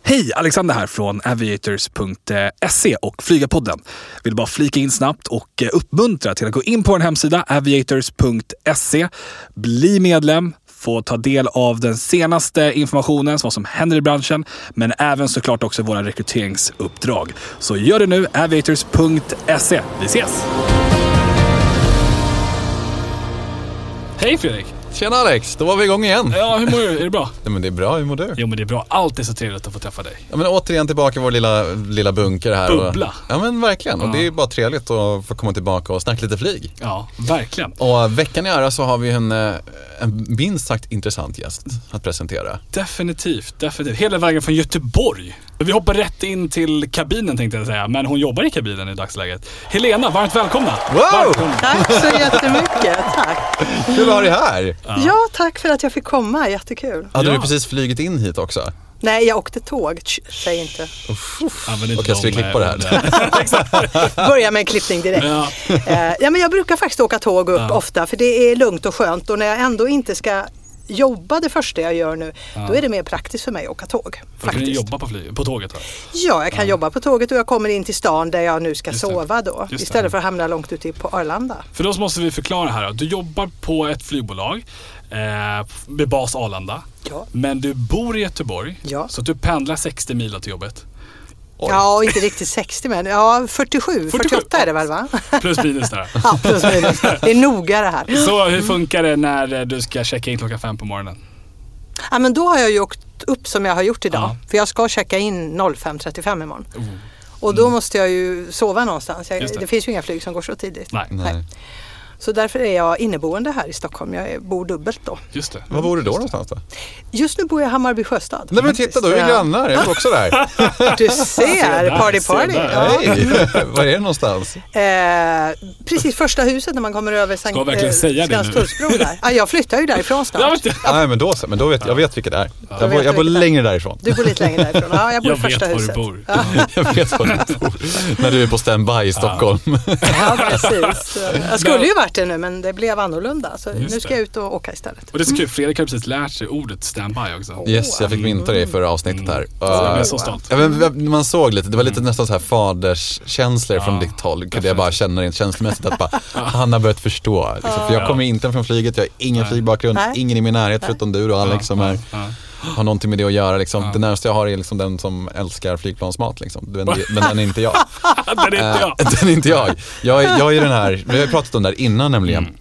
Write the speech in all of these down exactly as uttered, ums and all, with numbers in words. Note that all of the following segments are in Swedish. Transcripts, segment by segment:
Hej, Alexander här från aviators punkt se och Flygarpodden. Vill bara flika in snabbt och uppmuntra till att gå in på en hemsida, aviators punkt se. Bli medlem, få ta del av den senaste informationen, vad som händer i branschen, men även såklart också våra rekryteringsuppdrag. Så gör det nu, aviators punkt se. Vi ses! Hej Fredrik! Tjena Alex, då var vi igång igen. Ja, hur mår du? Är det bra? Ja, men det är bra, hur mår du? Jo, men det är bra. Allt är så trevligt att få träffa dig. Ja, men återigen tillbaka i vår lilla, lilla bunker här. Bubbla. Och, ja, men verkligen. Ja. Och det är bara trevligt att få komma tillbaka och snacka lite flyg. Ja, verkligen. Och veckan i ära så har vi en, en minst sagt intressant gäst att presentera. Definitivt, definitivt. Hela vägen från Göteborg. Vi hoppar rätt in till kabinen tänkte jag säga, men hon jobbar i kabinen i dagsläget. Helena, varmt välkomna. Wow! Välkomna. Tack så jättemycket, tack. Kul att ha dig här. Ja. ja, tack för att jag fick komma, jättekul. Hade ja. du precis flygit in hit också? Nej, jag åkte tåg, säg inte. Okej, okay, ska vi klippa det här? Börja med en klippning direkt. Ja. Uh, ja, men jag brukar faktiskt åka tåg upp ja. ofta, för det är lugnt och skönt. Och när jag ändå inte ska jobba det första jag gör nu, ja. då är det mer praktiskt för mig att åka tåg. För kan du jobba på, flyg, på tåget? Då? Ja, jag kan ja. jobba på tåget och jag kommer in till stan där jag nu ska sova då. Istället för att hamna långt ute på Arlanda. För då måste vi förklara här. Du jobbar på ett flygbolag eh, med bas Arlanda. Ja. Men du bor i Göteborg. Ja. Så att du pendlar sextio mil till jobbet. Oj. Ja, inte riktigt sextio men ja, fyrtiosju, fyrtioåtta är det väl va? Plus minus där. Ja, plus minus. Det är noga det här. Så hur funkar det när du ska checka in klockan fem på morgonen? Ja, men då har jag ju åkt upp som jag har gjort idag. Ja. För jag ska checka in fem trettiofem imorgon. Mm. Och då måste jag ju sova någonstans. Jag, det. det finns ju inga flyg som går så tidigt. Nej. Nej. Så därför är jag inneboende här i Stockholm. Jag bor dubbelt då. Just det. Var bor du då någonstans då? Just nu bor jag i Hammarby Sjöstad. Nej men titta, då är vi grannar. Jag är också där. Du ser, party party. Ja. Hej, var är det någonstans? Eh, precis första huset när man kommer över Sankt Ska verkligen säga det nu? Där. Ja, jag flyttar ju därifrån snart. Ja, Nej men då så, men då vet jag vet vilket det är. Ja. Jag bor, jag bor längre därifrån. Du bor lite längre därifrån. Ja, jag bor jag i första vet huset. Var du bor. Ja. Jag vet var du bor. När du är på standby i Stockholm. Ja, precis. Jag skulle ju varit det nu, men det blev annorlunda. Så Just nu ska det. jag ut och åka istället. Och det är så kul, Fredrik har precis lärt sig ordet standby också. Yes, jag fick mynta det i förra avsnittet här. Mm. Uh, jag är så stolt. Ja, men, man såg lite, det var lite nästan så här faderskänslor ja. från ditt håll. Kunde jag bara känna rent känslomässigt att bara, han har börjat förstå. Liksom, för jag kommer inte från flyget, jag har ingen Nej. flygbakgrund, Nej. ingen i min närhet förutom du och Alex ja. som är... Ja. har någonting med det att göra liksom. Ja. Det närmaste jag har är liksom den som älskar flygplansmat liksom. men, men den är inte jag. den är inte jag. Uh, den är inte jag. Jag är, jag är den här, vi har ju pratat om det här innan nämligen. Mm.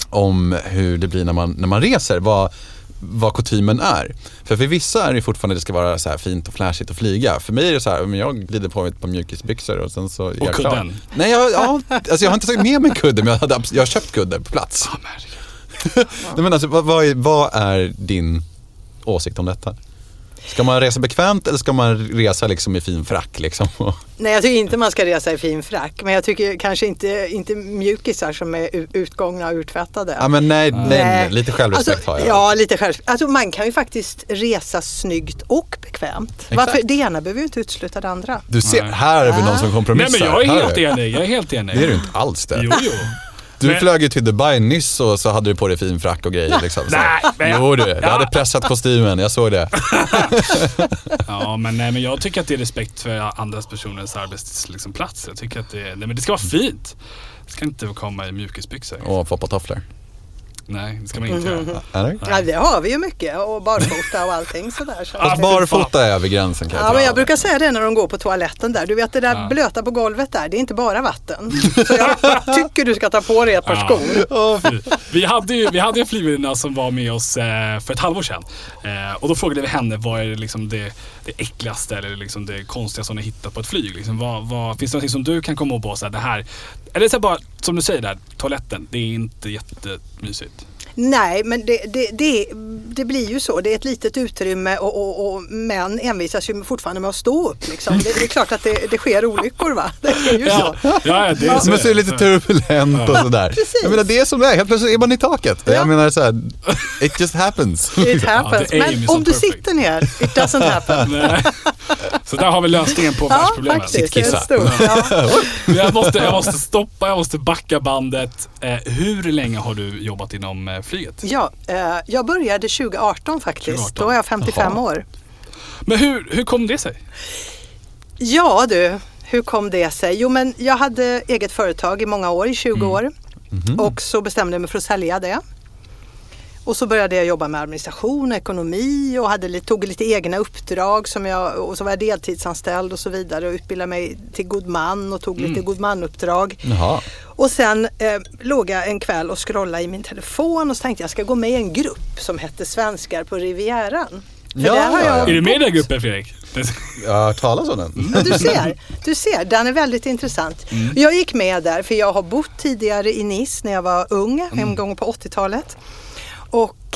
Om hur det blir när man, när man reser, vad, vad kutymen är. För för vissa är det fortfarande det ska vara så här fint och flashigt att flyga. För mig är det så här, men jag glider på mig på mjukisbyxor och sen så är jag klar. Kudden? Nej, jag, ja, alltså jag har inte tagit med mig kudden, men jag, hade, jag har köpt kudden på plats. Oh, Nej, men alltså, vad, vad, är, vad är din åsikt om detta? Ska man resa bekvämt eller ska man resa liksom i fin frack liksom? Nej, jag tycker inte man ska resa i fin frack. Men jag tycker kanske inte, inte mjukisar som är utgångna och urtvättade. Ja, men nej, nej, nej. lite självrespekt alltså, har jag. Ja, lite självrespekt. Alltså, man kan ju faktiskt resa snyggt och bekvämt. Exakt. Varför? Det ena behöver ju inte utesluta det andra. Du ser, här är vi någon som kompromissar. Nej, men jag är helt enig. Jag är helt enig. Det är du inte alls det. Jo, jo. Du men... flög ju till Dubai nyss och så hade du på dig fin frack och grejer liksom. Så. Nej, men... Jo du, du hade pressat kostymen, jag såg det. Ja, men nej, men jag tycker att det är respekt för andras personers arbetsplats. Liksom, jag tycker att det, nej, men det ska vara fint. Det ska inte komma i mjukisbyxor. Och foppatofflor. Nej, det ska man inte göra. Eller? Ja, det har vi ju mycket. Och barfota och allting sådär. Så Fast barfota är över gränsen kan jag Ja, ta. men jag brukar säga det när de går på toaletten där. Du vet det där ja. blöta på golvet där, det är inte bara vatten. Så jag tycker du ska ta på dig ett par skor. Ja. Vi hade ju vi hade en flygvärdinna som var med oss eh, för ett halvår sedan. Eh, och då frågade vi henne, vad är liksom det, det äckligaste eller liksom det konstiga som ni hittat på ett flyg? Liksom, vad, vad, finns det något som du kan komma ihåg på? Så här, det här, eller så här bara, som du säger där, toaletten, det är inte jättemysigt. Nej, men det, det, det, det blir ju så. Det är ett litet utrymme och, och, och män envisas ju fortfarande med att stå upp. Liksom. Det, det är klart att det, det sker olyckor, va? Det är ju ja. så. Ja, det är så. Men så är det lite turbulent och sådär. Precis. Jag menar, det är som det är. Helt plötsligt är man i taket. Ja. Jag menar så här, it just happens. It happens. Ja, men om du perfect. sitter ner, it doesn't happen. Nej. Så där har vi lösningen på Ja, världsproblemet. faktiskt. Det är Kissa. stort. Ja. Jag måste, jag måste stoppa, jag måste backa bandet. Eh, hur länge har du jobbat inom eh, flyget? Ja, eh, jag började tjugo arton faktiskt. tjugo arton. Då är jag femtiofem Jaha. år. Men hur, hur kom det sig? Ja du, hur kom det sig? Jo men jag hade eget företag i många år, i tjugo mm. år. Mm-hmm. Och så bestämde jag mig för att sälja det. Och så började jag jobba med administration och ekonomi och hade lite, tog lite egna uppdrag som jag, och så var jag deltidsanställd och så vidare och utbildade mig till god man och tog mm. lite god manuppdrag. Jaha. Och sen eh, låg jag en kväll och scrollade i min telefon och så tänkte jag ska gå med i en grupp som hette Svenskar på Rivieran. För ja, där har jag är du med i den gruppen, Fredrik? Jag har hört talas om den. Ja, du ser, du ser, den är väldigt intressant. Mm. Jag gick med där för jag har bott tidigare i Nice när jag var ung, mm. en gång på åttiotalet. Och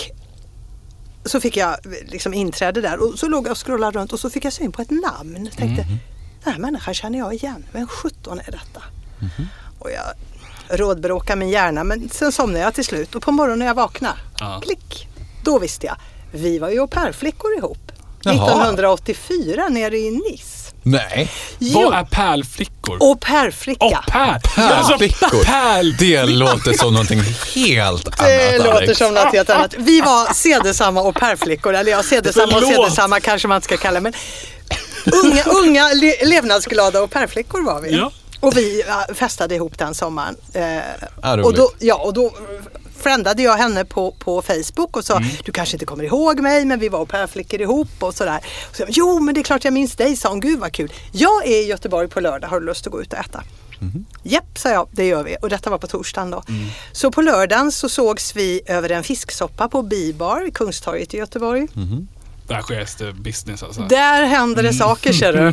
så fick jag liksom inträde där och så låg jag och scrollade runt och så fick jag syn på ett namn. Jag tänkte, mm. den här människan känner jag igen. Vem sjutton är detta? Mm. Och jag rådbråkade min hjärna men sen somnade jag till slut. Och på morgonen när jag vaknade, ja. klick, då visste jag. Vi var ju au pair-flickor ihop. Jaha. nittonhundraåttiofyra nere i Nice. Nej. Jo. Vad är pärlflickor? Au pair-flicka. Au pair. Pärlflickor. Pärl. Det låter som någonting helt annat. Det låter Alex. som något helt annat. Vi var sedesamma au pair-flickor. Eller ja, sedesamma och sedesamma kanske man ska kalla. Men unga, unga le- levnadsglada au pair-flickor var vi. Ja. Och vi uh, festade ihop den sommaren. Uh, ah, och då, ja, och då friendade jag henne på, på Facebook och sa, mm. du kanske inte kommer ihåg mig men vi var på flickor ihop och sådär. Och så, jo men det är klart jag minns dig, sa hon, gud vad kul. Jag är i Göteborg på lördag, har du lust att gå ut och äta? Mm. Japp, sa jag, det gör vi. Och detta var på torsdagen då. Mm. Så på lördagen så sågs vi över en fisksoppa på Bibar i Kungstorget i Göteborg. Mm. Där sker det business alltså. Där händer det saker, ser du.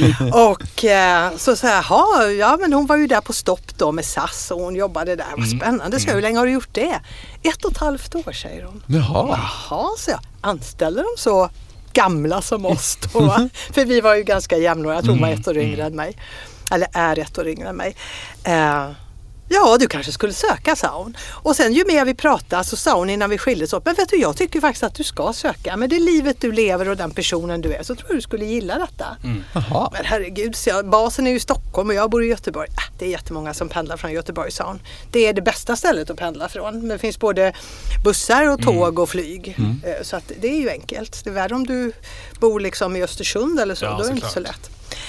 Och eh, så så här, ja men hon var ju där på stopp då med S A S och hon jobbade där. Vad spännande. Så hur länge har du gjort det? Ett och ett halvt år, säger hon. Jaha. Jaha, så jag. Anställer de så gamla som oss då? För vi var ju ganska jämnåriga. Jag tror hon var ett år yngre än mig. Eller är ett år yngre än mig. Eh, Ja, du kanske skulle söka, sa hon. Och sen ju mer vi pratade så sa hon innan vi skildes åt, men vet du, jag tycker faktiskt att du ska söka. Men det livet du lever och den personen du är, så tror jag du skulle gilla detta. Mm. Men herregud, så jag, basen är ju i Stockholm och jag bor i Göteborg. Äh, det är jättemånga som pendlar från Göteborg, sa hon. Det är det bästa stället att pendla från. Men det finns både bussar och tåg mm. och flyg. Mm. Så att det är ju enkelt. Det är värre om du bor liksom i Östersund eller så, ja, då är det inte så lätt.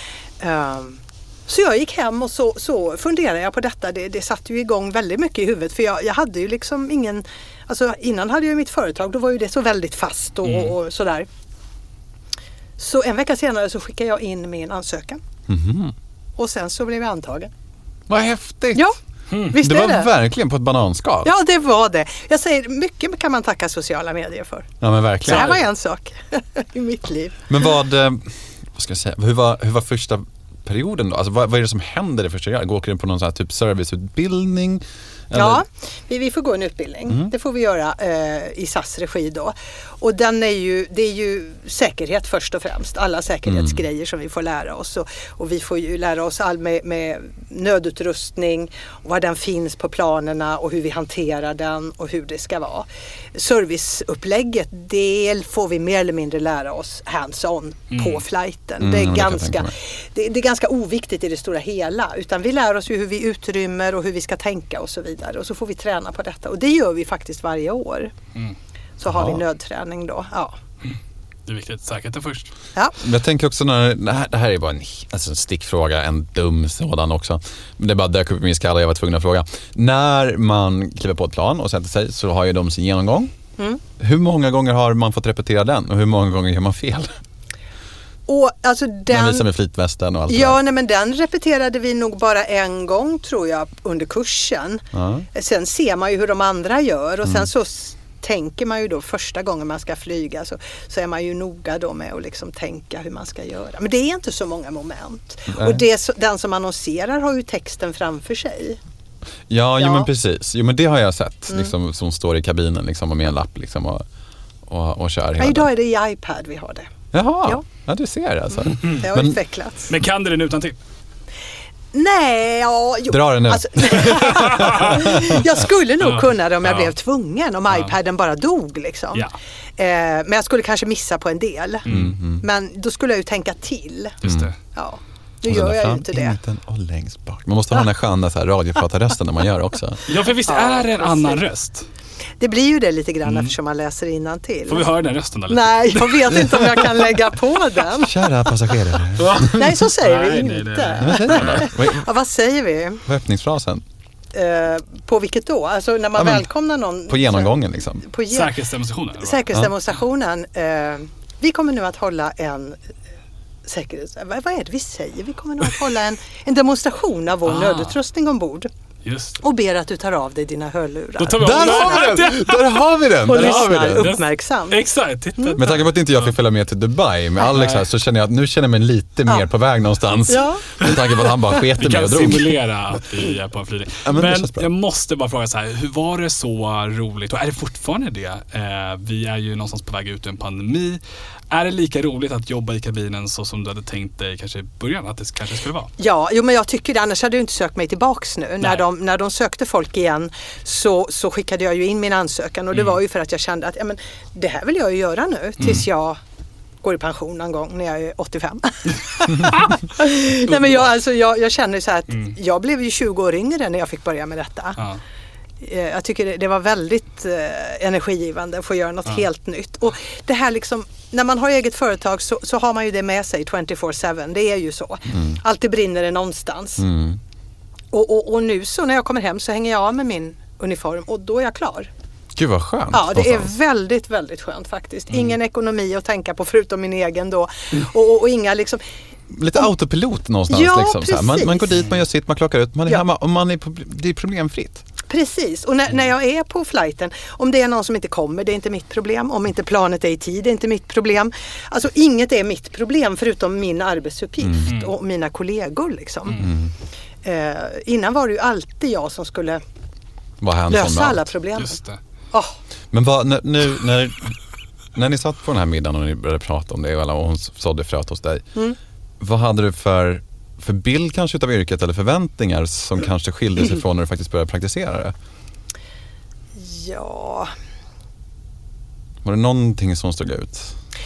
Um, Så jag gick hem och så, så funderade jag på detta. Det, det satt ju igång väldigt mycket i huvudet. För jag, jag hade ju liksom ingen... Alltså innan hade jag mitt företag. Då var ju det så väldigt fast och, mm. och sådär. Så en vecka senare så skickade jag in min ansökan. Mm. Och sen så blev jag antagen. Vad häftigt! Ja, mm. visst det är var det. verkligen på ett bananskal. Ja, det var det. Jag säger, mycket kan man tacka sociala medier för. Ja, men verkligen. Så här var en sak i mitt liv. Men vad... Vad ska jag säga? Hur var, hur var första... perioden då? Alltså vad, vad är det som händer i första året? Går du på någon sån här typ serviceutbildning? Eller? Ja, vi, vi får gå en utbildning. Mm. Det får vi göra eh, i S A S regi då. Och den är ju, det är ju säkerhet först och främst. Alla säkerhetsgrejer mm. som vi får lära oss. Och, och vi får ju lära oss all med, med nödutrustning, och var den finns på planerna och hur vi hanterar den och hur det ska vara. Serviceupplägget, det får vi mer eller mindre lära oss hands-on mm. på flighten. Mm, det, är ganska, det, det är ganska oviktigt i det stora hela. Utan vi lär oss ju hur vi utrymmer och hur vi ska tänka och så vidare. Och så får vi träna på detta. Och det gör vi faktiskt varje år. Mm. Så har ja. vi nödträning då. Ja. Mm. Det är viktigt. Säkerheten först. Ja. Jag tänker också när det här, det här är bara en, alltså en stickfråga, en dum sådan också. Men det är bara dök upp i min skalle, jag var tvungen att fråga. När man kliver på ett plan och sätter sig så har ju de sin genomgång. Mm. Hur många gånger har man fått repetera den och hur många gånger gör man fel? Och alltså den, man visar med flytvästen och allt ja, det nej, men den repeterade vi nog bara en gång tror jag under kursen. Ja. Sen ser man ju hur de andra gör och mm. sen så tänker man ju då första gången man ska flyga så, så är man ju noga då med att liksom tänka hur man ska göra. Men det är inte så många moment. Nej. Och det, den som annonserar har ju texten framför sig. Ja, ja. Jo, men precis. Jo, men det har jag sett. Mm. Liksom, som står i kabinen liksom, och med en lapp liksom, och, och, och kör hela. Ja, idag är det i iPad vi har det. Jaha, ja, ja du ser alltså. Mm. Det har men, utvecklats. Men kan du den utan till? Nej, ja, jo. Dra den nu. Alltså, jag skulle nog kunna det om jag ja. blev tvungen, om ja. iPaden bara dog liksom. Ja. Eh, men jag skulle kanske missa på en del. Mm, mm. Men då skulle jag ju tänka till. Just det. Ja. Nu gör jag ju inte det. Och längst bak. Man måste ha den här sköna så här radiopratarrösten när man gör också. Ja, för visst är det en annan röst? Det blir ju det lite grann mm. eftersom man läser innantill. Får vi höra den rösten då? Lite? Nej, jag vet inte om jag kan lägga på den. Kära passagerare. Nej, så säger nej, vi nej, inte. Nej, nej, nej. Vad, ja, vad säger vi? vad är öppningsfrasen? Uh, på vilket då? Alltså när man ja, välkomnar någon. På genomgången liksom. På ge- Säkerhetsdemonstrationen? Säkerhetsdemonstrationen. Uh, vi kommer nu att hålla en säkerhets... Vad, vad är det vi säger? Vi kommer nu att hålla en, en demonstration av vår ah. nödutrustning ombord. Just. Och ber att du tar av dig dina hörlurar. Där har vi den! Där har vi den! Och Där har vi lyssnar den. uppmärksamt. Exakt, titta. Mm. Med tanke på att inte jag fick följa med till Dubai med Alex här, så känner jag att nu känner jag mig lite ja. mer på väg någonstans. Ja. Med tanke på att han bara sketer mig och drog. Vi kan simulera att vi är på en flygning. Ja, men men jag måste bara fråga så här, hur var det så roligt? Och är det fortfarande det? Eh, vi är ju någonstans på väg ut ur en pandemi. Är det lika roligt att jobba i kabinen så som du hade tänkt dig kanske i början att det kanske skulle vara? Ja, jo, men jag tycker det. Annars hade du inte sökt mig tillbaks nu. När de, när de sökte folk igen så, så skickade jag ju in min ansökan. Och det mm. var ju för att jag kände att ja, men, det här vill jag ju göra nu tills mm. jag går i pension någon gång när jag är åttiofem. Nej, men jag, alltså, jag, jag känner så här att mm. jag blev ju tjugo år yngre när jag fick börja med detta. Ja. Jag tycker det, det var väldigt eh, energigivande att få göra något ja. helt nytt. Och det här liksom, när man har eget företag så, så har man ju det med sig tjugofyra sju. Det är ju så. Mm. Alltid brinner det någonstans. Mm. Och, och, och nu så när jag kommer hem så hänger jag av med min uniform och då är jag klar. Gud vad skönt. Ja, det någonstans. är väldigt, väldigt skönt faktiskt. Mm. Ingen ekonomi att tänka på förutom min egen då. Mm. Och, och, och inga liksom... Lite och, autopilot någonstans. Ja, liksom, så här. Man, man går dit, man gör sitt, man klockar ut. Man är ja. hemma och man är, det är problemfritt. Precis, och när, när jag är på flighten, om det är någon som inte kommer, det är inte mitt problem. Om inte planet är i tid, det är inte mitt problem. Alltså inget är mitt problem förutom min arbetsuppgift mm. och mina kollegor liksom. Mm. Eh, innan var det ju alltid jag som skulle lösa alla problem. Just det. Oh. Men vad, när, nu när, när ni satt på den här middagen och ni började prata om det och hon sådde fröt hos dig, mm. vad hade du för för bild kanske utav yrket eller förväntningar som kanske skilde sig från när du faktiskt började praktisera det? Ja. Var det någonting som stod ut?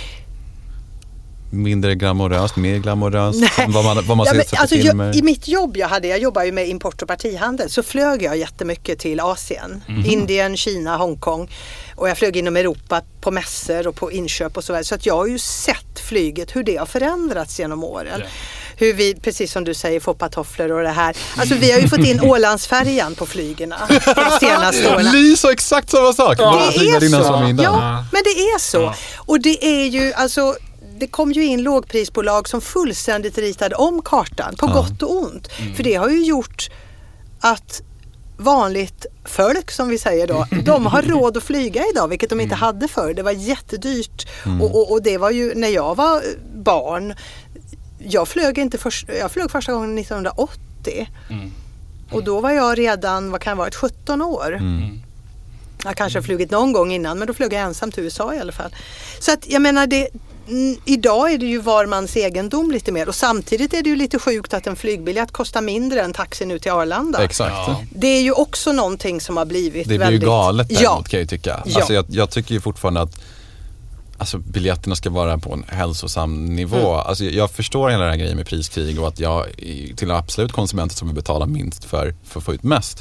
Mindre glamoröst, mer glamoröst? Vad man, vad man ja, ser men, ut alltså, filmer? jag, I mitt jobb jag hade, jag jobbar ju med import- och partihandel, så flög jag jättemycket till Asien. Mm. Indien, Kina, Hongkong. Och jag flög inom Europa på mässor och på inköp och så vidare. Så att jag har ju sett flyget, hur det har förändrats genom åren. Yeah. Hur vi, precis som du säger, får patofflor och det här. Alltså vi har ju fått in Ålandsfärjan på flygerna de senaste åren. Ni sa exakt samma sak. Ja. Det är så. Ja, men det är så. Ja. Och det är ju, alltså... Det kom ju in lågprisbolag som fullständigt ritade om kartan på ja. gott och ont. Mm. För det har ju gjort att vanligt folk, som vi säger då, de har råd att flyga idag, vilket de inte mm. hade förr. Det var jättedyrt. Mm. Och, och, och det var ju, när jag var barn, jag flög, inte för, jag flög första gången nittonhundraåttio. Mm. Och då var jag redan, vad kan det vara, sjutton år. Mm. Jag kanske har flugit någon gång innan, men då flög jag ensam till U S A i alla fall. Så att jag menar, det, n- idag är det ju var mans egendom lite mer. Och samtidigt är det ju lite sjukt att en flygbiljett kostar mindre än taxi nu till Arlanda. Exakt. Ja. Det är ju också någonting som har blivit väldigt... Det blir väldigt... ju galet däremot, ja. kan jag tycka. Ja. Alltså jag, jag tycker ju fortfarande att alltså, biljetterna ska vara på en hälsosam nivå. Mm. Alltså, jag förstår hela den här grejen med priskrig och att jag till absolut konsumenter som vill betala minst för, för att få ut mest.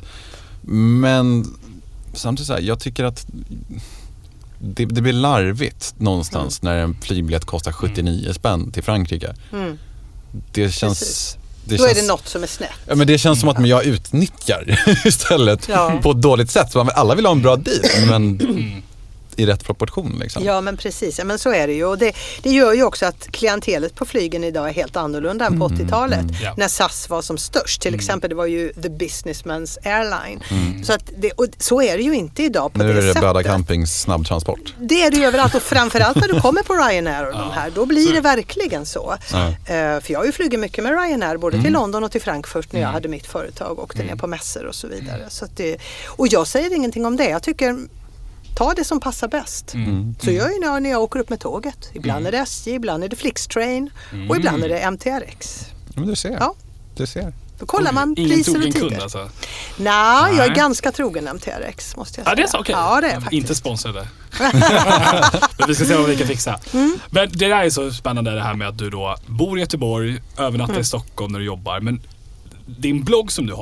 Men samtidigt så här, jag tycker att det, det blir larvigt någonstans mm. när en flygbiljett kostar sjuttionio mm. spänn till Frankrike. Mm. Det känns... Det Då känns, är det något som är snett. Ja, men det känns som att men jag utnyttjar istället ja. på ett dåligt sätt. Så alla vill ha en bra deal, men i rätt proportion. Liksom. Ja, men precis. Ja, men så är det ju. Och det, det gör ju också att klientelet på flygen idag är helt annorlunda än på åttiotalet. Mm, mm. När S A S var som störst. Till mm. exempel, det var ju The Businessman's Airline. Mm. Så, att det, och så är det ju inte idag på nu det sättet. Nu är det Böda Campings snabbtransport. Det är det ju överallt. Och framförallt när du kommer på Ryanair och ja. de här, då blir det verkligen så. Ja. Uh, för jag har ju flugit mycket med Ryanair, både mm. till London och till Frankfurt när jag hade mitt företag och åkte mm. ner på mässor och så vidare. Så att det, och jag säger ingenting om det. Jag tycker... Ta det som passar bäst. Mm. Så gör jag när, när jag åker upp med tåget. Ibland mm. är det S J, ibland är det Flixtrain mm. och ibland är det M T R X. Men du ser. Ja. Du ser. Då kollar man Ingen priser och tider. Kund, alltså. Nej, Nej, jag är ganska trogen M T R X, måste jag säga. Ja, det är så, okej. Ja, det är faktiskt. Inte sponsrade. Men vi ska se vad vi kan fixa. Mm. Men det där är så spännande, det här med att du då bor i Göteborg, övernattar mm. i Stockholm när du jobbar. Men din blogg som du har,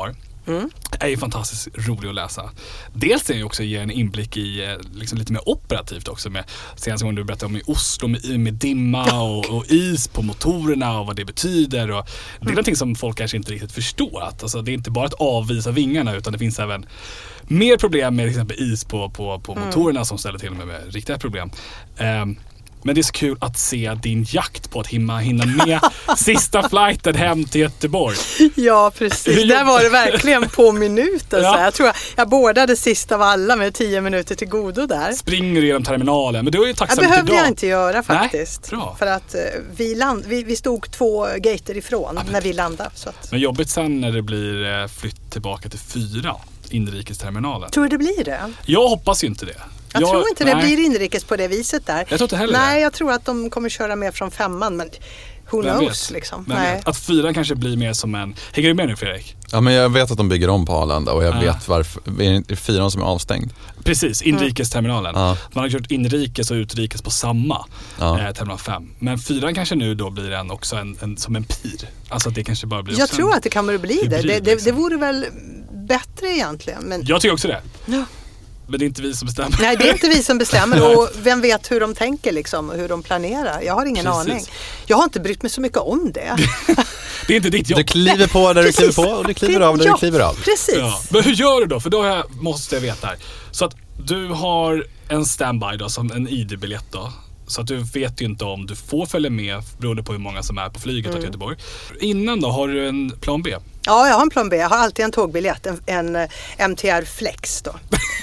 Mm. är ju fantastiskt rolig att läsa. Dels är det ju också ger en inblick i liksom lite mer operativt också. Med senaste gången du berättade om i Oslo med, med dimma och, och is på motorerna och vad det betyder. Och det är mm. någonting som folk kanske inte riktigt förstår. Att, alltså, det är inte bara att avvisa vingarna utan det finns även mer problem med till exempel is på, på, på mm. motorerna som ställer till med, med riktiga problem. Um, Men det är så kul att se din jakt på att hinna, hinna med sista flighten hem till Göteborg. Ja, precis. Där var det verkligen på minuten. Ja. Så jag tror jag, jag bordade sist av alla med tio minuter till godo där. Springer du genom terminalen? Men du är ju tacksam det behövde idag. jag inte göra faktiskt. Nej, bra. För att uh, vi, land, vi, vi stod två gater ifrån ja, när vi landade. Så att... Men jobbigt sen när det blir flytt tillbaka till fyra, inrikesterminalen. Tror du det blir det? Jag hoppas ju inte det. Jag, jag tror inte nej. det blir inrikes på det viset där. Jag tror inte heller Nej, det. jag tror att de kommer köra mer från femman, men who Vem knows vet? liksom. Vem Nej. vet? Att fyran kanske blir mer som en... Hänger du med nu, Fredrik? Ja, men jag vet att de bygger om på Arlanda och jag Ah. vet varför. Är det fyran som är avstängd? Precis, inrikesterminalen. Mm. Man har kört inrikes och utrikes på samma Ja. eh, terminal fem. Men fyran kanske nu då blir en också en, en, som en pir. Alltså att det kanske bara blir Jag också tror en att det kommer att bli det. hybrid, Det, det. liksom. Det vore väl bättre egentligen. Men... Jag tycker också det. Ja. Men det är inte vi som bestämmer. Nej, det är inte vi som bestämmer och vem vet hur de tänker liksom, hur de planerar. Jag har ingen Precis. aning. Jag har inte brytt mig så mycket om det. Det är inte ditt jobb. Du kliver på där Precis. du kliver på och du kliver Det- av där ja, du kliver av. Precis. Ja. Men hur gör du då? För då har jag, måste jag veta här. Så att du har en standby då, som en I D-biljett då. Så att du vet ju inte om du får följa med beroende på hur många som är på flyget Mm. till Göteborg. Innan då, har du en plan B? Ja, jag har en plan B. Jag har alltid en tågbiljett, en, en eh, M T R Flex då.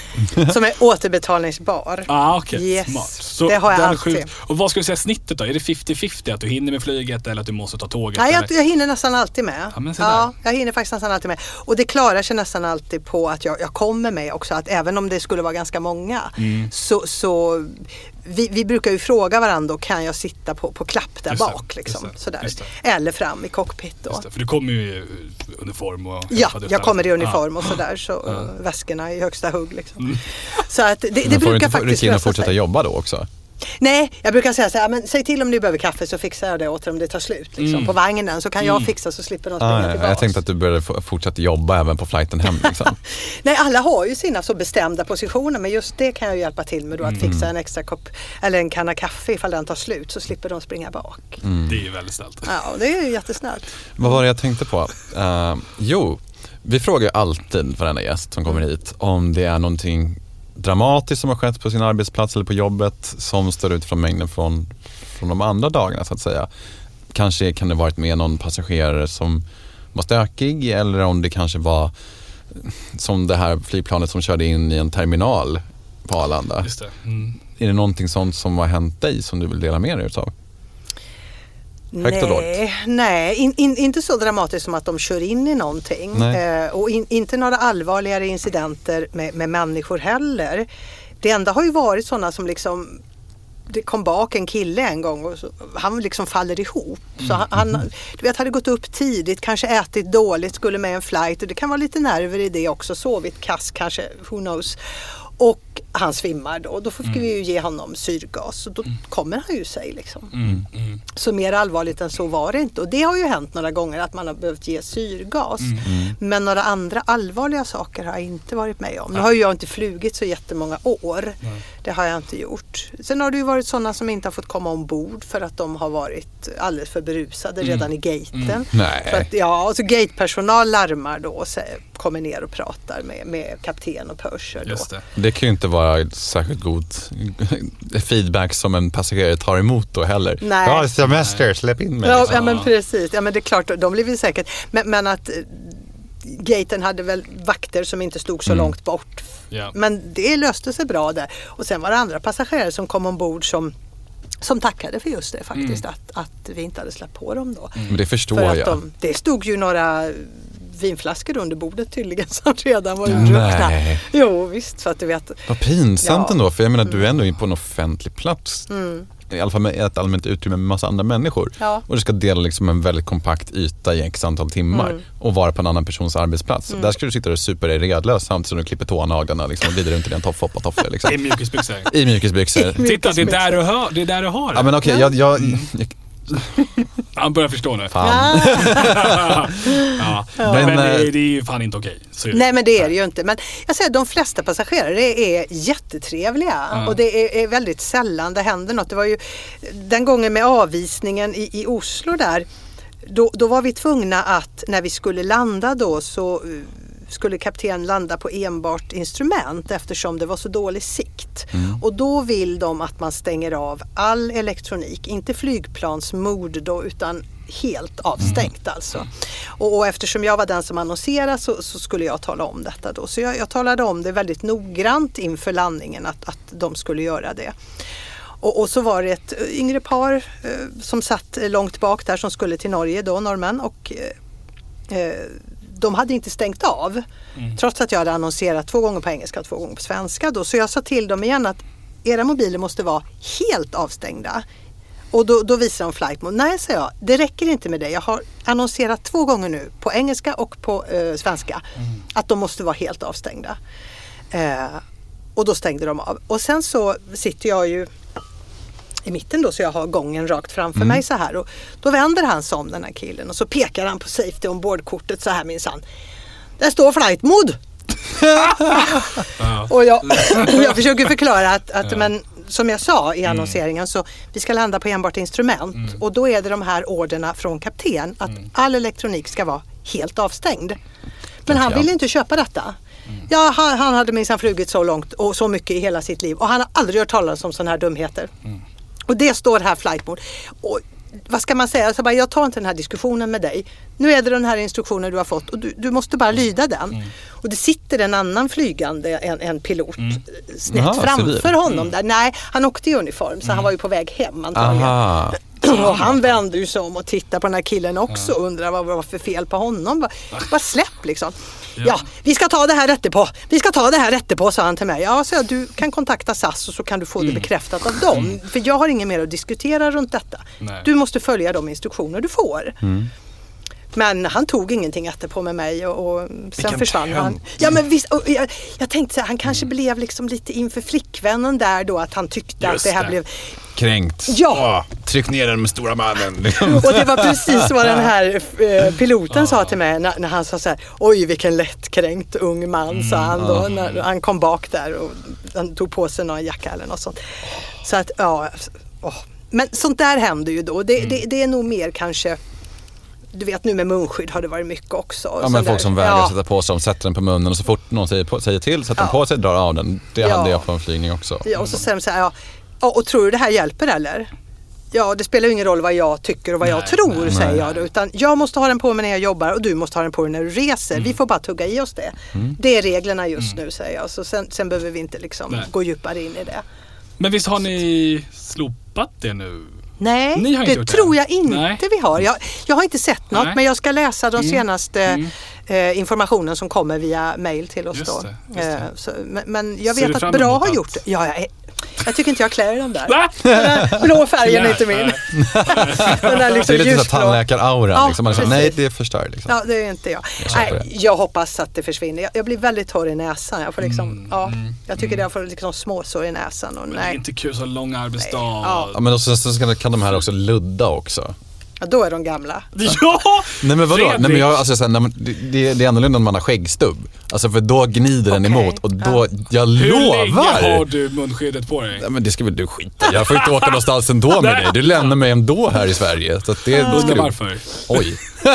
Som är återbetalningsbar. Ah, okej. Okay. Yes, Smart. Så det har jag den är alltid. sjukt. Och vad skulle du säga snittet då? Är det femtio femtio att du hinner med flyget eller att du måste ta tåget? Nej, jag, eller? jag hinner nästan alltid med. Ja, men så ja, där. jag hinner faktiskt nästan alltid med. Och det klarar sig nästan alltid på att jag, jag kommer med också. Att även om det skulle vara ganska många Mm. så, så vi, vi brukar ju fråga varandra, kan jag sitta på, på klapp där Just det, bak liksom, just det, sådär. just det. Eller fram i cockpit då. Just det, för du kommer ju i uniform och... Ja, för att jag kommer i ja. uniform och sådär, så Ja. väskorna i högsta hugg liksom. Mm. Så att det, det Men får du brukar inte faktiskt rycka in och lösa fortsätta sig. jobba då också? Nej, jag brukar säga så här, men säg till om ni behöver kaffe så fixar jag det åt er om det tar slut liksom, Mm. på vagnen, så kan jag Mm. fixa så slipper de springa Ah, ja. tillbaka. Jag tänkte att du började få- fortsätta jobba även på flighten hem liksom. Nej, alla har ju sina så bestämda positioner, men just det kan jag hjälpa till med då, att Mm. fixa en extra kopp eller en kanna kaffe ifall den tar slut, så slipper de springa bak. Mm. Det är ju väldigt snällt. Ja, och det är ju jättesnällt. Vad var det jag tänkte på? Uh, jo, vi frågar ju alltid varenda gäst som kommer hit om det är någonting dramatiskt som har skett på sin arbetsplats eller på jobbet som står ut från mängden från, från de andra dagarna så att säga. Kanske kan det varit med någon passagerare som var stökig eller om det kanske var som det här flygplanet som körde in i en terminal på Arlanda. Just det. Mm. Är det någonting sånt som har hänt dig som du vill dela med dig utav? Högt och lågt? Nej, nej in, in, inte så dramatiskt som att de kör in i någonting. Eh, och in, inte några allvarligare incidenter med, med människor heller. Det enda har ju varit sådana som liksom, det kom bak en kille en gång och så, han liksom faller ihop. Så han, han du vet, hade gått upp tidigt, kanske ätit dåligt, skulle med en flight och det kan vara lite nerver i det också, sovit kass kanske, who knows. Och han svimmar då, då fick Mm. vi ju ge honom syrgas och då kommer han ju sig liksom. Mm. Mm. Så mer allvarligt än så var det inte. Och det har ju hänt några gånger att man har behövt ge syrgas. Mm. Men några andra allvarliga saker har jag inte varit med om. Nu har ju jag inte flugit så jättemånga år. Nej. Det har jag inte gjort. Sen har det ju varit sådana som inte har fått komma ombord för att de har varit alldeles för berusade Mm. redan i gaten. Mm. Nej. För att, ja, och så gatepersonal larmar då och säger, kommer ner och pratar med, med kapten och purser då. Just det. Det kan ju inte vara särskilt god feedback som en passagerare tar emot då heller. Nej. Ja, semester, släpp in mig. Ja, liksom. ja men precis. Ja men det är klart, de blir väl säkert. Men, men att eh, gaten hade väl vakter som inte stod så Mm. långt bort. Ja. Men det löste sig bra där. Och sen var det andra passagerare som kom ombord som, som tackade för just det faktiskt. Mm. Att, att vi inte hade släppt på dem då. Men det förstår För att jag. de, det stod ju några vinflaskor under bordet tydligen som redan var utdruckna. Nej. Jo visst, för att du vet. Vad pinsamt Ja. ändå, för jag menar du är ändå in på en offentlig plats. Mm. I alla fall med ett allmänt utrymme med massa andra människor. Ja. Och du ska dela liksom en väldigt kompakt yta i x antal timmar Mm. och vara på en annan persons arbetsplats. Mm. Där ska du sitta och super dig redlös samtidigt som du klipper tånaglarna liksom, och glider runt i din toffhoppa-tofflor. I Liksom. mjukisbyxor. I mjukisbyxor. Titta, det är där du hör. Det är där du har. Ja men okej, jag, jag, jag, Han börjar förstå nu. Fan. ja. Men, men det, det är ju fan inte okej. Okay. Nej, men det är det ju inte. Men jag säger, de flesta passagerare är jättetrevliga. Mm. Och det är, är väldigt sällan det händer något. Det var ju den gången med avvisningen i, i Oslo där. Då, då var vi tvungna att, när vi skulle landa då, så skulle kapten landa på enbart instrument eftersom det var så dålig sikt. Mm. Och då vill de att man stänger av all elektronik, inte flygplansmode då, utan helt avstängt mm. alltså. Och, och eftersom jag var den som annonserade så, så skulle jag tala om detta då. Så jag, jag talade om det väldigt noggrant inför landningen att, att de skulle göra det. Och, och så var det ett yngre par eh, som satt långt bak där som skulle till Norge då, norrmän, och eh, de hade inte stängt av. Mm. Trots att jag hade annonserat två gånger på engelska och två gånger på svenska då. Så jag sa till dem igen att era mobiler måste vara helt avstängda. Och då, då visar de flight mode. Nej, sa jag, det räcker inte med det. Jag har annonserat två gånger nu på engelska och på eh, svenska mm. att de måste vara helt avstängda. Eh, och då stängde de av. Och sen så sitter jag ju i mitten då, så jag har gången rakt framför mm. mig så här, och då vänder han sig om, den här killen, och så pekar han på safety ombordkortet så här minsann. Där står flight mode. Och jag, jag försöker förklara att, att men, som jag sa i annonseringen mm. så vi ska landa på enbart instrument mm. och då är det de här orderna från kapten att mm. all elektronik ska vara helt avstängd. Men han ville inte köpa detta. Mm. Ja, han, han hade minsann flugit så långt och så mycket i hela sitt liv och han har aldrig hört talas om sådana här dumheter. Mm. Och det står här flight mode. Och vad ska man säga? Så bara, jag tar inte den här diskussionen med dig. Nu är det den här instruktionen du har fått och du, du måste bara lyda den. Mm. Och det sitter en annan flygande, en, en pilot mm. snett Aha, framför civil. honom mm. där. Nej, han åkte i uniform så mm. han var ju på väg hem antagligen. Aha. Och han vände ju sig om och tittade på den här killen också och undrar vad det var för fel på honom. Bara, bara släpp liksom. Ja. ja, vi ska ta det här rätt på. Vi ska ta det här rätt på, sa han till mig. Ja, så jag, du kan kontakta S A S och så kan du få mm. det bekräftat av dem. Mm. För jag har inget mer att diskutera runt detta. Nej. Du måste följa de instruktioner du får. Mm. Men han tog ingenting efter med mig och, och sen Vilken försvann tönt. han. Ja, men visst, och jag, jag tänkte så här, han kanske mm. blev liksom lite inför flickvännen där då, att han tyckte Just att det här det. blev kränkt. Ja. Åh, tryck ner den med stora mannen. Och det var precis vad den här eh, piloten sa till mig när, när han sa så här: oj, vilken lättkränkt ung man, mm. sa han då, när han kom bak där och han tog på sig någon jacka eller något sånt. Så att, ja, åh. Men sånt där händer ju då. Det, mm. det, det är nog mer kanske. Du vet, nu med munskydd har det varit mycket också. Ja, men folk där. som vägrar ja. sätta på sig, sätter den på munnen och så fort någon säger, på, säger till, sätter ja. den på sig, drar av den. Det ja. hade jag på en flygning också. Ja, och så säger de så här, ja, och tror du det här hjälper eller? Ja, det spelar ju ingen roll vad jag tycker och vad nej, jag tror, nej, säger nej. jag då. Utan jag måste ha den på mig när jag jobbar och du måste ha den på dig när du reser. Mm. Vi får bara tugga i oss det. Mm. Det är reglerna just mm. nu, säger jag. Så sen, sen behöver vi inte liksom nej. gå djupare in i det. Men visst har ni slopat det nu? Nej, det tror jag inte Nej. vi har. Jag, jag har inte sett något, Nej. men jag ska läsa de senaste mm. eh, informationen som kommer via mail till oss just då. Det, just det. Eh, så, men, men jag vet att Bra har gjort det. Ja, jag, jag tycker inte jag klär den där. Den där blå färgen är inte min. Den där liksom det är lite så tandläkar-aura. Ja, liksom. liksom, nej, det förstör. Liksom. Ja, det är inte jag. Jag, Nej, jag hoppas att det försvinner. Jag, jag blir väldigt torr i näsan. Jag, får liksom, mm, ja, mm, jag tycker mm. det jag får liksom småsår i näsan. Och, men nej. det är inte kul så lång arbetsdag. Ja. Ja, men så, så kan, kan de här också ludda också. Ja, då är de gamla. Ja! Nej men vadå? Nej, men jag, alltså, så här, när man, det, det är annorlunda när man har skäggstubb. Alltså för då gnider den okay. emot och då, ja. jag Hur lovar. Hur länge har du munskyddet på dig? Nej, men det ska väl du skita. Jag får inte åka någonstans ändå med dig. Du lämnar mig ändå här i Sverige. Så att det, då ska du... Varför? Oj.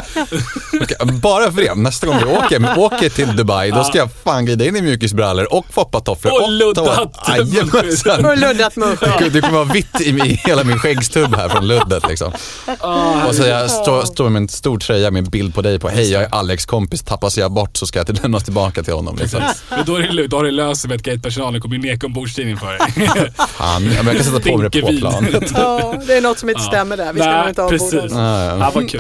Okay, bara för det. Nästa gång vi åker, åker till Dubai, då ska jag fan glida in i mjukisbrallor och foppatofflor. Och, och luddat munskydd. Och luddat munskydd. Det kommer vara vitt i, i hela min skäggstubb här från luddet liksom. Oh, och så jag står stå med en stor tröja med en bild på dig på. Hej, jag är Alex kompis, tappas jag bort så ska jag lämnas tillbaka till honom liksom. Men då är det, då har det löst med att gatepersonalen kommer neka ombordstidning för dig. Fan, jag kan sätta på mig det på planet. Ja, det är något som inte stämmer där. Vi ska nog inte ha precis. Ja, ja. Ja, vad kul.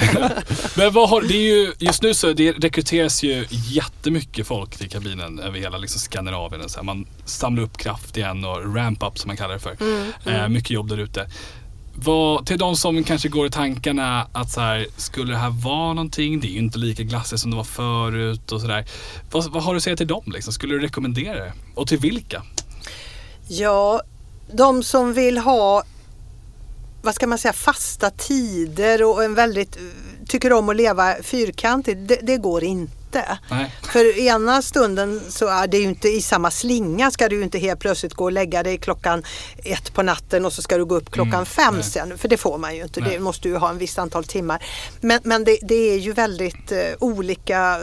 Men vad har, det är ju, just nu så det rekryteras ju jättemycket folk till kabinen över hela liksom Skandinavien. Så här, man samlar upp kraft igen och ramp up som man kallar det för. Mm, mm. Eh, mycket jobb där ute. Vad, till de som kanske går i tankarna att så här, skulle det här vara någonting? Det är ju inte lika glassigt som det var förut och sådär. Vad, vad har du att säga till dem liksom? Skulle du rekommendera det? Och till vilka? Ja, de som vill ha vad ska man säga, fasta tider och en väldigt, tycker om att leva fyrkantigt, det, det går inte. Nej. För ena stunden så är det ju inte i samma slinga, ska du ju inte helt plötsligt gå och lägga dig klockan ett på natten och så ska du gå upp klockan mm, fem nej. sen, för det får man ju inte, nej. det måste ju ha en viss antal timmar. Men, men det, det är ju väldigt uh, olika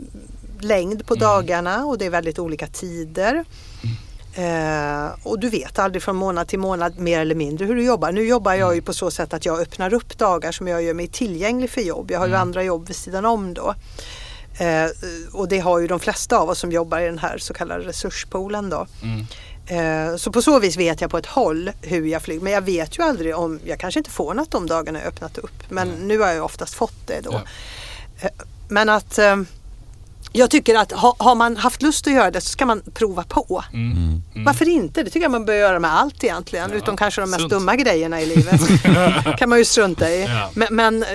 längd på mm. dagarna och det är väldigt olika tider. Mm. Uh, och du vet aldrig från månad till månad mer eller mindre hur du jobbar. Nu jobbar jag ju på så sätt att jag öppnar upp dagar som jag gör mig tillgänglig för jobb. Jag har ju mm. andra jobb vid sidan om då. Uh, och det har ju de flesta av oss som jobbar i den här så kallade resurspoolen då. Mm. Uh, så på så vis vet jag på ett håll hur jag flyger. Men jag vet ju aldrig om, jag kanske inte får något de dagarna jag öppnat upp. Men mm. nu har jag ju oftast fått det då. Ja. Uh, men att... Uh, Jag tycker att ha, har man haft lust att göra det så ska man prova på. Mm. Mm. Varför inte? Det tycker jag man bör göra med allt egentligen. Ja, utom kanske de mest sunt. dumma grejerna i livet. kan man ju strunta i. Ja. Men, men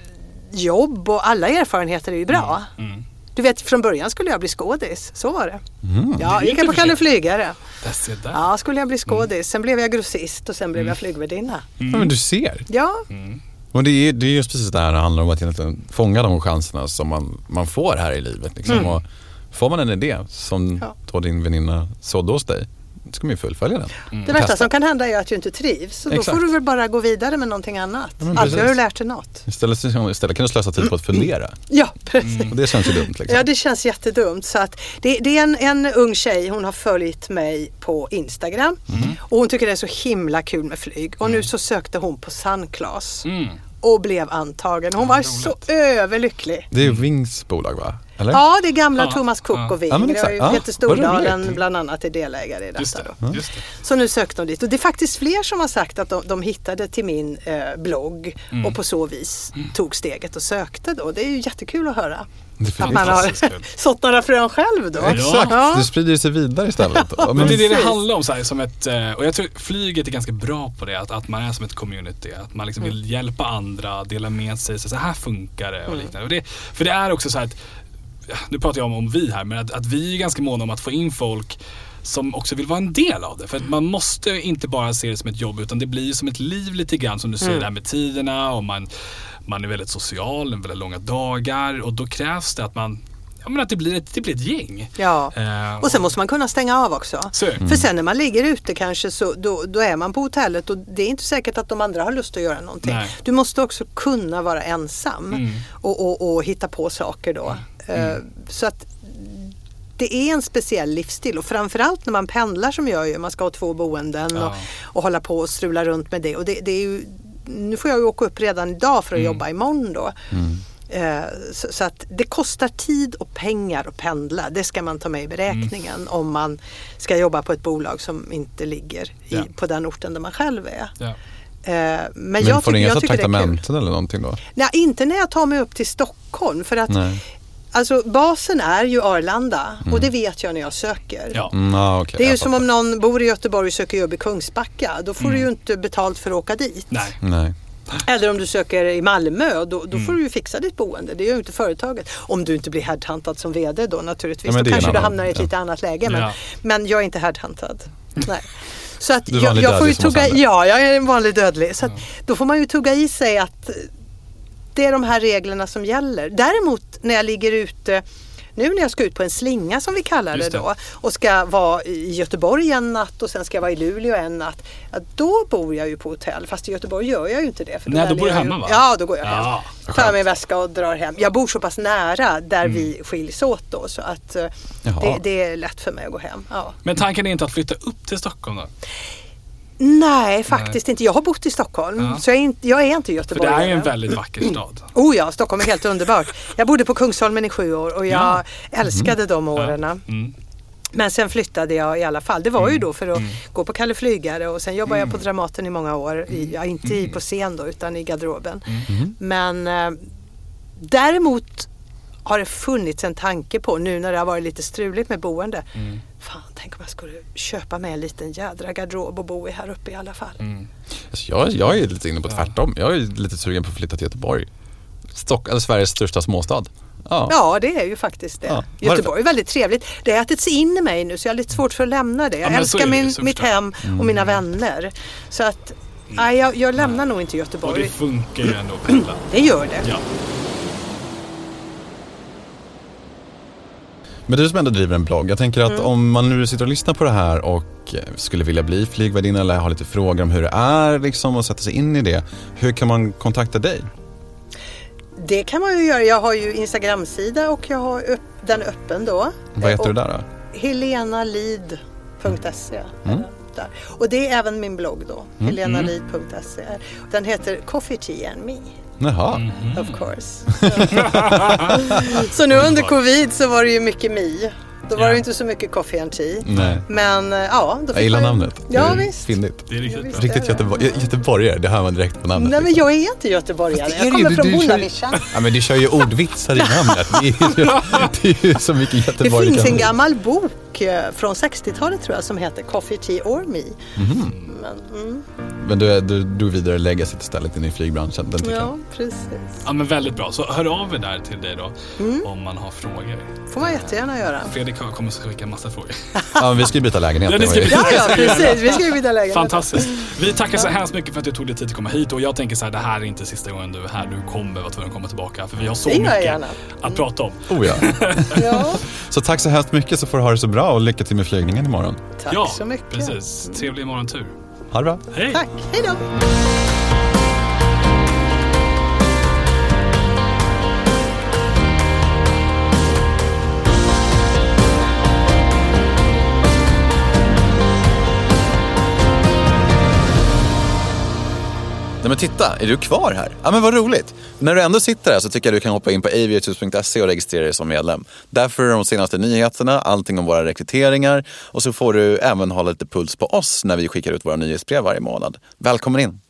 jobb och alla erfarenheter är ju bra. Mm. Mm. Du vet, från början skulle jag bli skådis. Så var det. Mm. Ja, jag gick på Kalle Flygare. Ja, skulle jag bli skådis. Mm. Sen blev jag grossist och sen blev mm. jag flygvärdinna. Mm. Ja, men du ser. Ja. Mm. Och det är, det är just precis det här det handlar om, att egentligen fånga de chanserna som man, man får här i livet. Liksom. Mm. Och får man en idé som ja. då din väninna sådde hos dig, ska man ju fullfölja den. Mm. Det värsta som kan hända är att du inte trivs. Så Exakt. Då får du väl bara gå vidare med någonting annat. Ja, Alltid har du lärt dig något. Istället, istället kan du slösa tid på att fundera. Ja, precis. Mm. Och det känns ju dumt. Liksom. Ja, det känns jättedumt. Så att det, det är en, en ung tjej, hon har följt mig på Instagram. Mm. Och hon tycker det är så himla kul med flyg. Och nu så sökte hon på Sunclass. Mm. Och blev antagen. Hon var så överlycklig. Det är Wings bolag, va? Eller? Ja, det är gamla ja, Thomas Cook ja. och Wing. Ja, ja, Peter Stordalen bland annat är delägare i detta. Just det, då. Just det. Så nu sökte de dit. Och det är faktiskt fler som har sagt att de, de hittade till min eh, blogg mm. och på så vis mm. tog steget och sökte då. Det är ju jättekul att höra. Att man har sått några frön själv då. Exakt, ja. Det sprider sig vidare istället. Men, Men det är det det handlar om så här, som ett, och jag tror flyget är ganska bra på det, att, att man är som ett community, att man liksom vill mm. hjälpa andra, dela med sig, så, så här funkar det och mm. liknande. Och det, för det är också så här att, nu pratar jag om, om vi här, men att, att vi är ganska måna om att få in folk som också vill vara en del av det. För att man måste inte bara se det som ett jobb, utan det blir som ett liv lite grann, som du säger, mm. där med tiderna, och man, man är väldigt social, en väldigt långa dagar, och då krävs det att man Ja, men att det blir ett, det blir ett gäng. Ja, uh, och sen måste man kunna stänga av också. Mm. För sen när man ligger ute kanske så då, då är man på hotellet och det är inte säkert att de andra har lust att göra någonting. Nej. Du måste också kunna vara ensam mm. och, och, och hitta på saker då. Mm. Uh, så att det är en speciell livsstil, och framförallt när man pendlar som jag gör, man ska ha två boenden ja. och, och hålla på och strula runt med det. Och det, det är ju, nu får jag ju åka upp redan idag för att mm. jobba imorgon då. Mm. Så, så att det kostar tid och pengar att pendla. Det ska man ta med i beräkningen mm. om man ska jobba på ett bolag som inte ligger i, ja. på den orten där man själv är. Ja. Men, Men jag får ty- ni inga jag traktamenten eller någonting då? Nej, inte när jag tar mig upp till Stockholm. För att alltså, basen är ju Arlanda mm. och det vet jag när jag söker. Ja. Mm, ah, okay, det är ju som om någon bor i Göteborg och söker jobb i Kungsbacka. Då får mm. du ju inte betalt för att åka dit. Nej. Nej. Eller om du söker i Malmö, då, då mm. får du ju fixa ditt boende. Det gör ju inte företaget. Om du inte blir headhuntad som vd då naturligtvis. Ja, då kanske du hamnar i ett ja. lite annat läge. Men, ja. men jag är inte headhuntad. Nej. Så att jag, jag får ju tugga, ja, jag är en vanlig dödlig. Så att, då får man ju tugga i sig att det är de här reglerna som gäller. Däremot när jag ligger ute, nu när jag ska ut på en slinga som vi kallar det, det då, och ska vara i Göteborg en natt och sen ska jag vara i Luleå en natt, ja, då bor jag ju på hotell. Fast i Göteborg gör jag ju inte det. För Nej, då bor du hemma ju, va? Ja, då går jag ja, hem. Tar min väska och drar hem. Jag bor så pass nära där mm. vi skiljs åt då, så att det, det är lätt för mig att gå hem. Ja. Men tanken är inte att flytta upp till Stockholm då? Nej, faktiskt Nej. inte. Jag har bott i Stockholm, ja. så jag är, inte, jag är inte i Göteborg. För det är ju en väldigt vacker stad. Oh ja, Stockholm är helt underbart. Jag bodde på Kungsholmen i sju år och jag ja. älskade mm. de åren. Ja. Mm. Men sen flyttade jag i alla fall. Det var mm. ju då för att mm. gå på Kalle Flygare, och sen jobbade mm. jag på Dramaten i många år. I, ja, inte i på scen då, utan i garderoben. Mm. Men eh, däremot har det funnits en tanke på, nu när det har varit lite struligt med boende. Mm. Fan, tänk om jag skulle köpa med en liten jädra garderob och bo i här uppe i alla fall. Mm. Alltså jag, jag är lite inne på tvärtom. Jag är lite sugen på att flytta till Göteborg. Stock, eller Sveriges största småstad. Ja. ja, det är ju faktiskt det. Ja. Göteborg är väldigt trevligt. Det har ätit sig in i mig nu, så jag har lite svårt för att lämna det. Jag ja, älskar min, mitt hem och mm. mina vänner. Så att Nej, jag, jag lämnar Nej. nog inte Göteborg. Och det funkar ju ändå att pendla. Det gör det. Ja. Men du som ändå driver en blogg, jag tänker att mm. om man nu sitter och lyssnar på det här och skulle vilja bli flygvärdinna eller ha lite frågor om hur det är liksom, och sätta sig in i det, hur kan man kontakta dig? Det kan man ju göra. Jag har ju Instagram-sida och jag har upp, den öppen då. Vad heter och du där då? helenalid punkt se Mm. där. Och det är även min blogg då, Mm. helenalid punkt se. Den heter Coffee, Tea and Me. Jaha. Mm. Of course. Så nu under covid så var det ju mycket me. Då var Ja. det inte så mycket coffee and tea. Nej. Men ja, då fick Jag gillar man ju... namnet. Ja, det är visst. Fyndigt. Det är riktigt Ja, bra. visst. Riktigt Göteborg, göteborgare, det hör man direkt på namnet. Nej, men liksom. jag är inte göteborgare. Fast är Jag det ju, kommer du- från du kör ju- Bonavischan. Ja, men du kör ju ordvitsar i namnet. Det är ju, det är ju så mycket Det Göteborg. finns kan en bli. gammal bok eh, från sextiotalet tror jag som heter Coffee, Tea or Me. Mhm. Men, mm, Men du, du, du vidare lägga sitt istället in i flygbranschen, den tycker jag. ja, precis. Ja, men väldigt bra. Så hör av er där till dig då Mm. om man har frågor. Får man jättegärna göra. Fredrik kommer att skicka en massa frågor. Ja, men vi ska ju byta lägenhet. Ja, ni det var ska ju- byta- Ja, ja, precis. Vi ska ju byta lägenhet. Fantastiskt. Vi tackar så hemskt mycket för att du tog dig tid att komma hit och jag tänker så här, det här är inte sista gången du är här. Du kommer vara tvungen att komma tillbaka för vi har så Det gör jag mycket gärna. att prata om. Oh, ja. Ja, Så tack så hemskt mycket, så får du ha det så bra och lycka till med flygningen imorgon. tack ja, så mycket. precis. Trevlig morgontur. Ha det bra. Hej! Tack, hej då. Nej, men titta, är du kvar här? Ja, men vad roligt. När du ändå sitter här så tycker jag du kan hoppa in på aviators punkt se och registrera dig som medlem. Därför är de senaste nyheterna, allting om våra rekryteringar, och så får du även hålla lite puls på oss när vi skickar ut våra nyhetsbrev varje månad. Välkommen in!